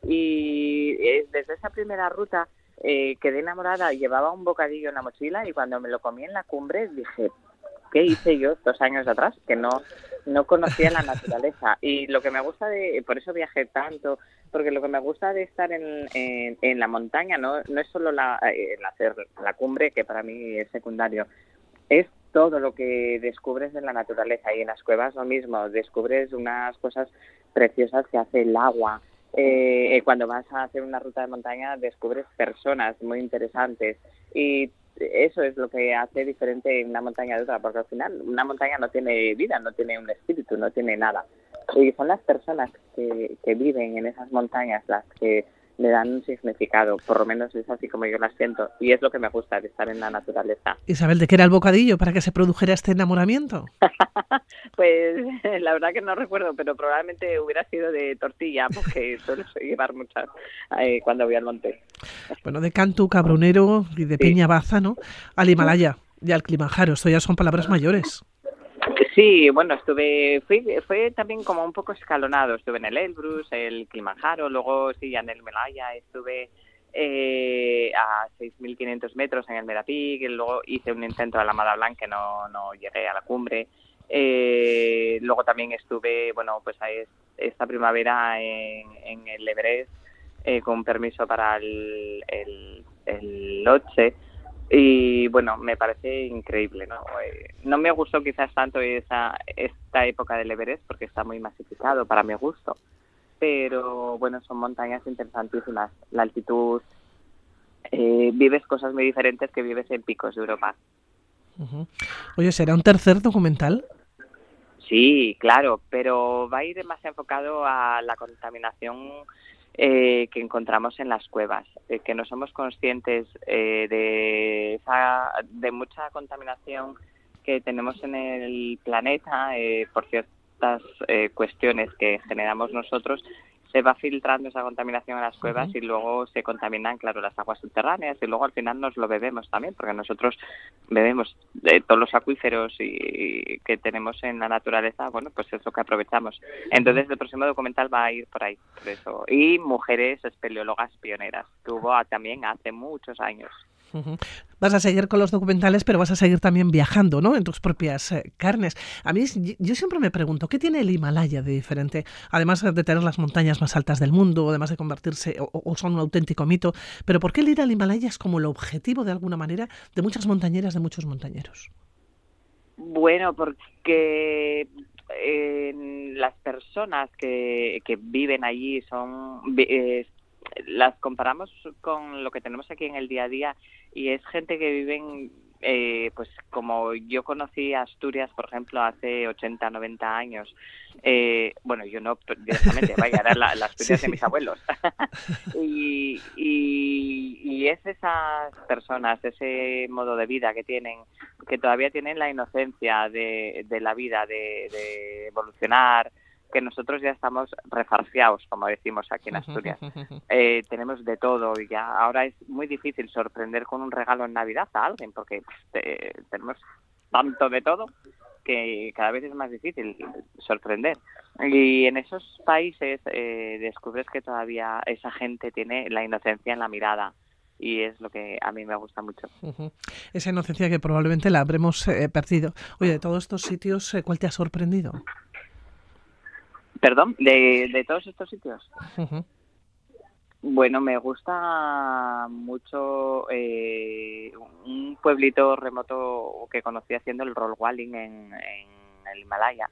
Y desde esa primera ruta quedé enamorada, llevaba un bocadillo en la mochila y cuando me lo comí en la cumbre dije, ¿qué hice yo 2 años atrás? Que no conocía la naturaleza. Y lo que me gusta por eso viajé tanto, porque lo que me gusta de estar en la montaña no es solo el hacer la cumbre, que para mí es secundario, es todo lo que descubres de la naturaleza. Y en las cuevas lo mismo, descubres unas cosas preciosas que hace el agua. Cuando vas a hacer una ruta de montaña descubres personas muy interesantes y eso es lo que hace diferente una montaña de otra, porque al final una montaña no tiene vida, no tiene un espíritu, no tiene nada. Y son las personas que viven en esas montañas las que le dan un significado, por lo menos es así como yo las siento, y es lo que me gusta de estar en la naturaleza. Isabel, ¿de qué era el bocadillo para que se produjera este enamoramiento? Pues la verdad que no recuerdo, pero probablemente hubiera sido de tortilla, porque suelo llevar muchas cuando voy al monte. Bueno, de Cantu, Cabronero y de Sí. Peña Baza, ¿no? Al Himalaya y al Kilimanjaro, esto ya son palabras mayores. Sí, bueno, fue también como un poco escalonado. Estuve en el Elbrus, el Kilimanjaro, luego sí, ya en el Himalaya estuve a 6.500 metros en el Merapi, y luego hice un intento a la Mont Blanc que no llegué a la cumbre. Luego también estuve, bueno, pues esta primavera en el Everest con permiso para el Lhotse. Y bueno, me parece increíble, ¿no? No me gustó quizás tanto esta época del Everest porque está muy masificado para mi gusto, pero bueno, son montañas interesantísimas. La altitud, vives cosas muy diferentes que vives en picos de Europa. Uh-huh. Oye, ¿será un tercer documental? Sí, claro, pero va a ir más enfocado a la contaminación que encontramos en las cuevas, que no somos conscientes de mucha contaminación que tenemos en el planeta por ciertas cuestiones que generamos nosotros. Se va filtrando esa contaminación a las cuevas y luego se contaminan, claro, las aguas subterráneas y luego al final nos lo bebemos también, porque nosotros bebemos de todos los acuíferos y que tenemos en la naturaleza, bueno, pues es lo que aprovechamos. Entonces el próximo documental va a ir por ahí, por eso. Y mujeres espeleólogas pioneras, que hubo también hace muchos años. Uh-huh. Vas a seguir con los documentales, pero vas a seguir también viajando, ¿no? En tus propias carnes. A mí, yo siempre me pregunto, ¿qué tiene el Himalaya de diferente? Además de tener las montañas más altas del mundo, además de convertirse, o son un auténtico mito, pero ¿por qué el ir al Himalaya es como el objetivo, de alguna manera, de muchas montañeras, de muchos montañeros? Bueno, porque las personas que viven allí las comparamos con lo que tenemos aquí en el día a día y es gente que viven, pues como yo conocí a Asturias, por ejemplo, hace 80, 90 años. Bueno, yo no directamente, vaya, era la Asturias de mis abuelos. y es esas personas, ese modo de vida que tienen, que todavía tienen la inocencia de la vida, de evolucionar, que nosotros ya estamos refarciados, como decimos aquí en Asturias. Tenemos de todo y ya ahora es muy difícil sorprender con un regalo en Navidad a alguien porque tenemos tanto de todo que cada vez es más difícil sorprender. Y en esos países descubres que todavía esa gente tiene la inocencia en la mirada. Y es lo que a mí me gusta mucho. Uh-huh. Esa inocencia que probablemente la habremos perdido. Oye, de todos estos sitios, ¿cuál te ha sorprendido? ¿Perdón? ¿De todos estos sitios? Uh-huh. Bueno, me gusta mucho un pueblito remoto que conocí haciendo el roll walling en el Himalaya,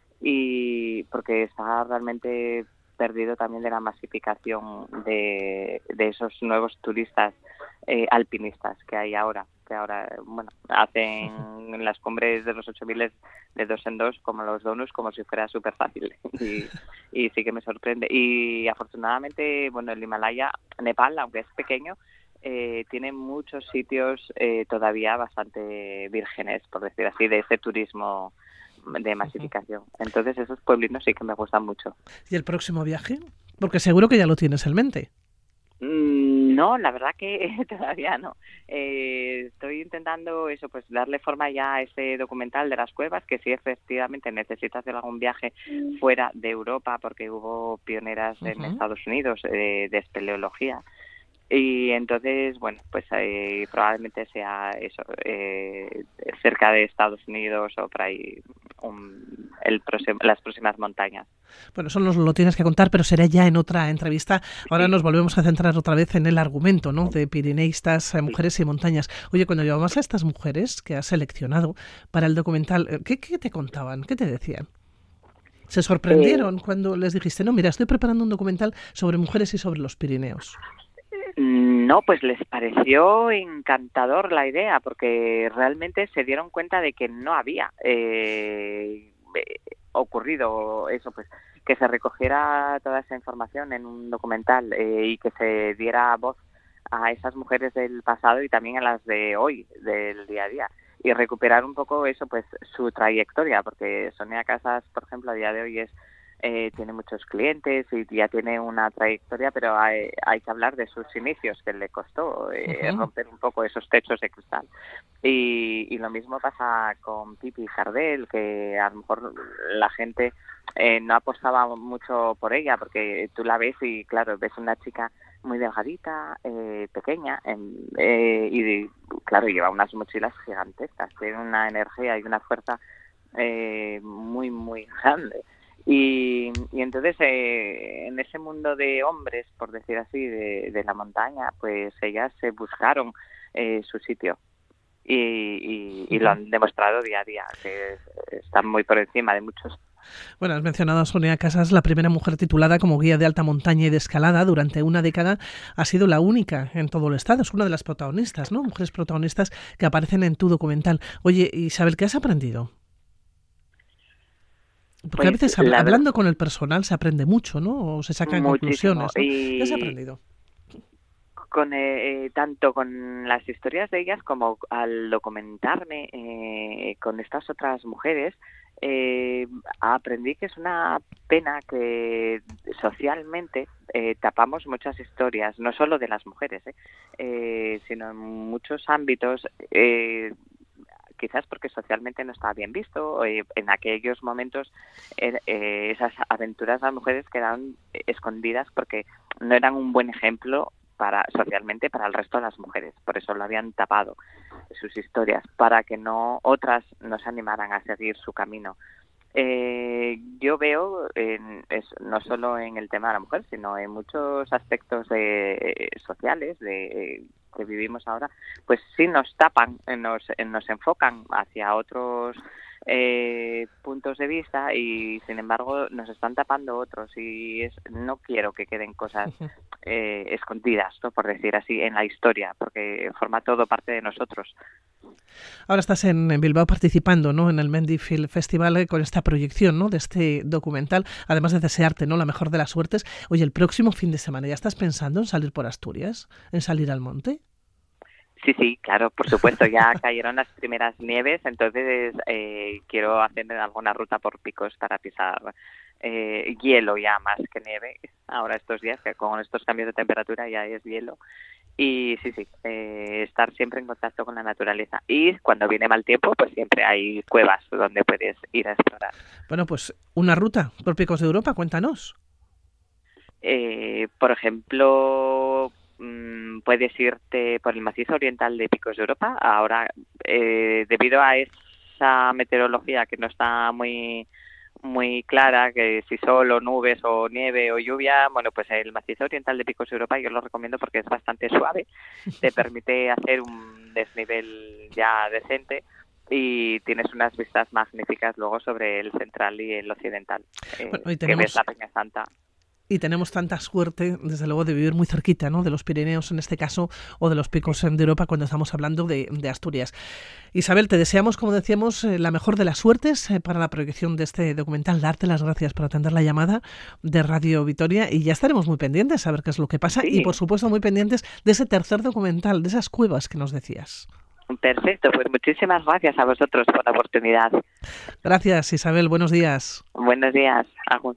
y porque está realmente perdido también de la masificación de esos nuevos turistas alpinistas que hay ahora, bueno, hacen en las cumbres de los 8.000 de 2 en 2 como los donuts, como si fuera súper fácil y sí que me sorprende. Y afortunadamente, bueno, el Himalaya, Nepal, aunque es pequeño, tiene muchos sitios todavía bastante vírgenes, por decir así, de ese turismo de masificación. Entonces esos pueblitos sí que me gustan mucho. ¿Y el próximo viaje? Porque seguro que ya lo tienes en mente. No, la verdad que todavía no. Estoy intentando eso, pues darle forma ya a ese documental de las cuevas, que sí efectivamente necesita hacer algún viaje fuera de Europa, porque hubo pioneras en Estados Unidos de espeleología. Y entonces, bueno, pues probablemente sea eso, cerca de Estados Unidos o por ahí las próximas montañas. Bueno, eso lo tienes que contar, pero será ya en otra entrevista. Ahora nos volvemos a centrar otra vez en el argumento, ¿no?, de Pirineístas, mujeres y montañas. Oye, cuando llevabas a estas mujeres que has seleccionado para el documental, ¿qué te contaban? ¿Qué te decían? ¿Se sorprendieron cuando les dijiste, no, mira, estoy preparando un documental sobre mujeres y sobre los Pirineos? No, pues les pareció encantador la idea, porque realmente se dieron cuenta de que no había ocurrido eso, pues que se recogiera toda esa información en un documental y que se diera voz a esas mujeres del pasado y también a las de hoy, del día a día. y recuperar un poco eso, pues su trayectoria, porque Sonia Casas, por ejemplo, a día de hoy tiene muchos clientes y ya tiene una trayectoria, pero hay que hablar de sus inicios, que le costó romper un poco esos techos de cristal. Y lo mismo pasa con Pipi Jardel, que a lo mejor la gente no apostaba mucho por ella, porque tú la ves y claro, ves una chica muy delgadita, pequeña, y claro, lleva unas mochilas gigantescas, tiene una energía y una fuerza muy, muy grande. Y entonces en ese mundo de hombres, por decir así, de la montaña, pues ellas se buscaron su sitio y lo han demostrado día a día, que están muy por encima de muchos. Bueno, has mencionado a Sonia Casas, la primera mujer titulada como guía de alta montaña y de escalada. Durante una década ha sido la única en todo el estado. Es una de las protagonistas, ¿no? Mujeres protagonistas que aparecen en tu documental. Oye, Isabel, ¿qué has aprendido? Porque pues, a veces hablando con el personal se aprende mucho, ¿no? O se sacan conclusiones, ¿no? ¿Qué has aprendido? Tanto con las historias de ellas como al documentarme con estas otras mujeres, aprendí que es una pena que socialmente tapamos muchas historias, no solo de las mujeres, sino en muchos ámbitos, quizás porque socialmente no estaba bien visto. En aquellos momentos esas aventuras de las mujeres quedaban escondidas porque no eran un buen ejemplo socialmente para el resto de las mujeres. Por eso lo habían tapado sus historias, para que otras no se animaran a seguir su camino. Yo veo, no solo en el tema de la mujer, sino en muchos aspectos sociales que vivimos ahora, pues sí nos tapan, nos enfocan hacia otros puntos de vista y sin embargo nos están tapando otros, y no quiero que queden cosas escondidas, ¿no? Por decir así, en la historia, porque forma todo parte de nosotros. Ahora estás en Bilbao participando, ¿no?, en el Mendy Film Festival con esta proyección, ¿no?, de este documental, además de desearte, ¿no?, la mejor de las suertes. Oye, el próximo fin de semana, ¿ya estás pensando en salir por Asturias, en salir al monte? Sí, claro, por supuesto, ya cayeron las primeras nieves, entonces quiero hacer alguna ruta por picos para pisar hielo ya más que nieve, ahora estos días, que con estos cambios de temperatura ya es hielo. Y sí, estar siempre en contacto con la naturaleza. Y cuando viene mal tiempo, pues siempre hay cuevas donde puedes ir a explorar. Bueno, pues una ruta por picos de Europa, cuéntanos. Por ejemplo, puedes irte por el macizo oriental de Picos de Europa. Ahora, debido a esa meteorología que no está muy clara, que si sol o nubes o nieve o lluvia, bueno, pues el macizo oriental de Picos de Europa yo lo recomiendo porque es bastante suave, te permite hacer un desnivel ya decente y tienes unas vistas magníficas luego sobre el central y el occidental, que ves la Peña Santa. Y tenemos tanta suerte, desde luego, de vivir muy cerquita, ¿no?, de los Pirineos en este caso, o de los picos de Europa cuando estamos hablando de Asturias. Isabel, te deseamos, como decíamos, la mejor de las suertes para la proyección de este documental. Darte las gracias por atender la llamada de Radio Vitoria y ya estaremos muy pendientes a ver qué es lo que pasa y, por supuesto, muy pendientes de ese tercer documental, de esas cuevas que nos decías. Perfecto, pues muchísimas gracias a vosotros por la oportunidad. Gracias, Isabel. Buenos días. Buenos días. Agur.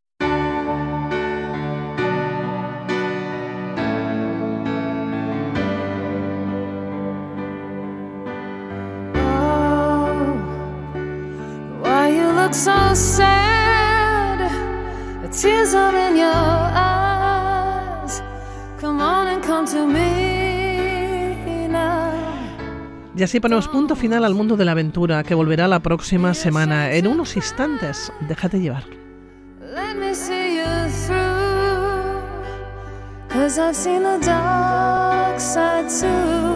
So sad, the tears are in your eyes. Come on and come to me now. Y así ponemos punto final al mundo de la aventura, que volverá la próxima semana. En unos instantes, déjate llevar. Let me see you through, 'cause I've seen the dark side too.